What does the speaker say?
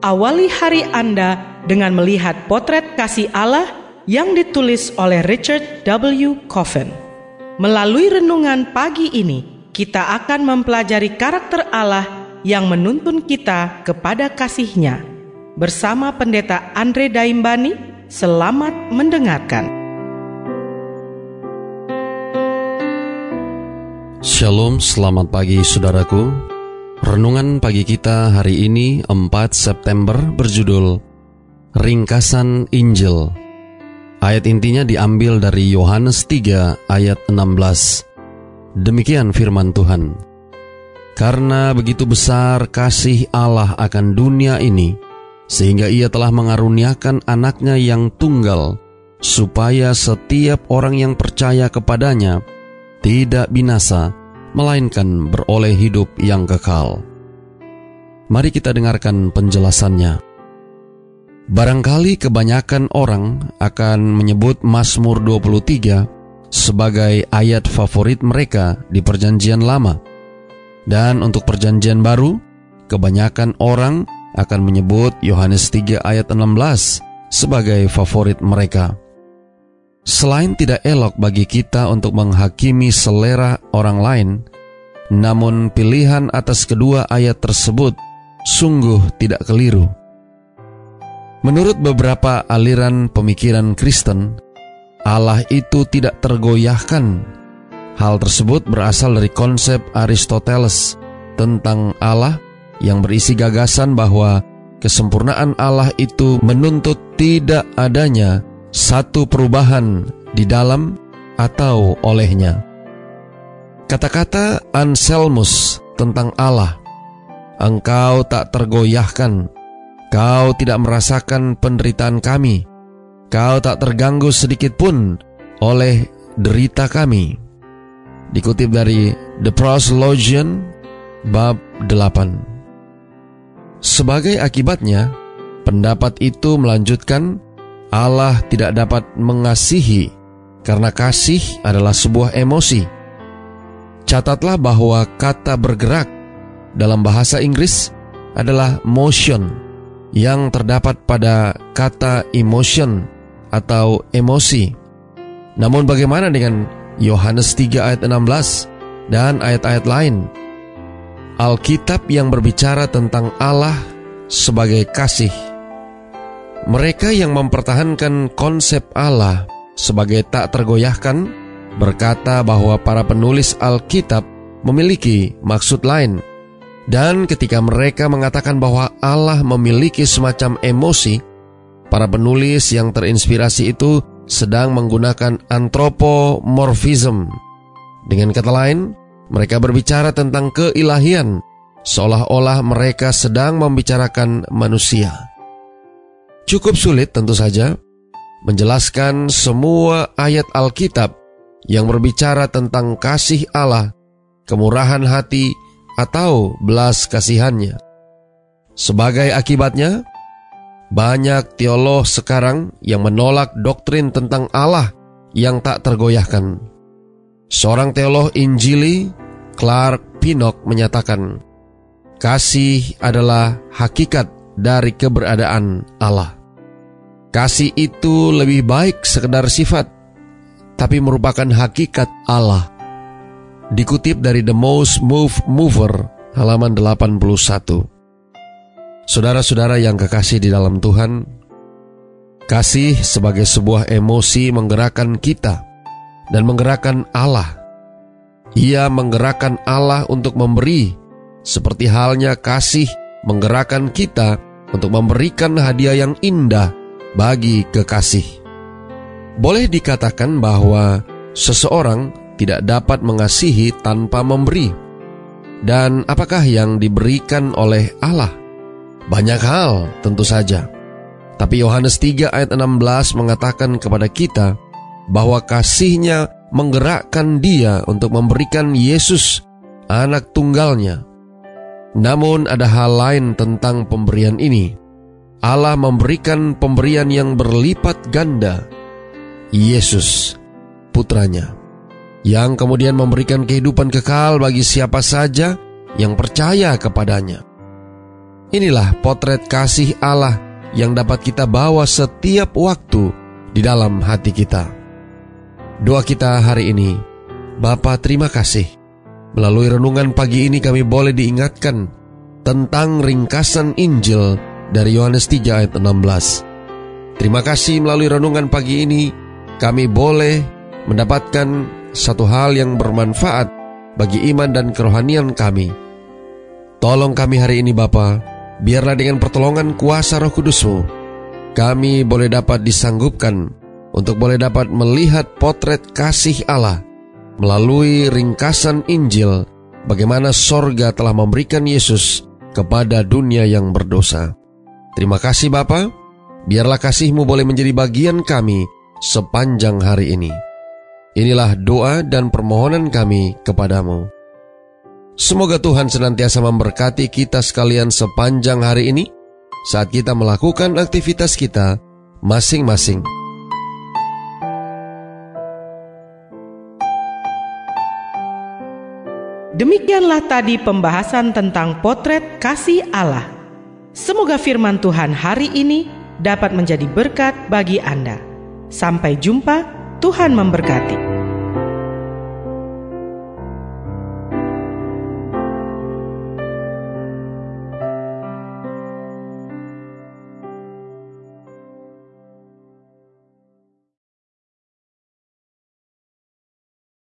Awali hari Anda dengan melihat potret kasih Allah yang ditulis oleh Richard W. Coffin. Melalui renungan pagi ini, kita akan mempelajari karakter Allah yang menuntun kita kepada kasih-Nya. Bersama Pendeta Andre Daimbani, selamat mendengarkan. Shalom, selamat pagi saudaraku. Renungan pagi kita hari ini 4 September berjudul Ringkasan Injil. Ayat intinya diambil dari Yohanes 3 ayat 16. Demikian firman Tuhan. Karena begitu besar kasih Allah akan dunia ini, sehingga Ia telah mengaruniakan anaknya yang tunggal, supaya setiap orang yang percaya kepadanya tidak binasa, melainkan beroleh hidup yang kekal. Mari kita dengarkan penjelasannya. Barangkali kebanyakan orang akan menyebut Mazmur 23 sebagai ayat favorit mereka di Perjanjian Lama. Dan untuk Perjanjian Baru, kebanyakan orang akan menyebut Yohanes 3 ayat 16 sebagai favorit mereka. Selain tidak elok bagi kita untuk menghakimi selera orang lain, namun pilihan atas kedua ayat tersebut sungguh tidak keliru. Menurut beberapa aliran pemikiran Kristen, Allah itu tidak tergoyahkan. Hal tersebut berasal dari konsep Aristoteles tentang Allah yang berisi gagasan bahwa kesempurnaan Allah itu menuntut tidak adanya satu perubahan di dalam atau olehnya. Kata-kata Anselmus tentang Allah, engkau tak tergoyahkan, kau tidak merasakan penderitaan kami, kau tak terganggu sedikit pun oleh derita kami. Dikutip dari The Proslogian bab 8. Sebagai akibatnya, pendapat itu melanjutkan Allah tidak dapat mengasihi karena kasih adalah sebuah emosi. Catatlah bahwa kata bergerak dalam bahasa Inggris adalah motion yang terdapat pada kata emotion atau emosi. Namun bagaimana dengan Yohanes 3 ayat 16 dan ayat-ayat lain? Alkitab yang berbicara tentang Allah sebagai kasih. Mereka yang mempertahankan konsep Allah sebagai tak tergoyahkan berkata bahwa para penulis Alkitab memiliki maksud lain. Dan ketika mereka mengatakan bahwa Allah memiliki semacam emosi, para penulis yang terinspirasi itu sedang menggunakan anthropomorphism. Dengan kata lain, mereka berbicara tentang keilahian, seolah-olah mereka sedang membicarakan manusia. Cukup sulit tentu saja menjelaskan semua ayat Alkitab yang berbicara tentang kasih Allah, kemurahan hati, atau belas kasihannya. Sebagai akibatnya, banyak teolog sekarang yang menolak doktrin tentang Allah yang tak tergoyahkan. Seorang teolog Injili, Clark Pinnock, menyatakan, kasih adalah hakikat dari keberadaan Allah. Kasih itu lebih baik sekedar sifat, tapi merupakan hakikat Allah. Dikutip dari The Most Moved Mover, halaman 81. Saudara-saudara yang kekasih di dalam Tuhan, kasih sebagai sebuah emosi menggerakkan kita dan menggerakkan Allah. Ia menggerakkan Allah untuk memberi, seperti halnya kasih menggerakkan kita untuk memberikan hadiah yang indah bagi kekasih. Boleh dikatakan bahwa seseorang tidak dapat mengasihi tanpa memberi. Dan apakah yang diberikan oleh Allah? Banyak hal tentu saja. Tapi Yohanes 3 ayat 16 mengatakan kepada kita bahwa kasih-Nya menggerakkan Dia untuk memberikan Yesus, anak tunggalnya. Namun ada hal lain tentang pemberian ini. Allah memberikan pemberian yang berlipat ganda, Yesus, putranya, yang kemudian memberikan kehidupan kekal bagi siapa saja yang percaya kepadanya. Inilah potret kasih Allah yang dapat kita bawa setiap waktu di dalam hati kita. Doa kita hari ini, Bapa, terima kasih. Melalui renungan pagi ini kami boleh diingatkan tentang ringkasan Injil dari Yohanes 3 ayat 16. Terima kasih melalui renungan pagi ini kami boleh mendapatkan satu hal yang bermanfaat bagi iman dan kerohanian kami. Tolong kami hari ini Bapa, biarlah dengan pertolongan kuasa Roh Kudus-Mu, kami boleh dapat disanggupkan untuk boleh dapat melihat potret kasih Allah melalui ringkasan Injil, bagaimana sorga telah memberikan Yesus kepada dunia yang berdosa. Terima kasih Bapa, biarlah kasih-Mu boleh menjadi bagian kami sepanjang hari ini. Inilah doa dan permohonan kami kepadamu. Semoga Tuhan senantiasa memberkati kita sekalian sepanjang hari ini, saat kita melakukan aktivitas kita masing-masing. Demikianlah tadi pembahasan tentang potret kasih Allah. Semoga firman Tuhan hari ini dapat menjadi berkat bagi Anda. Sampai jumpa, Tuhan memberkati.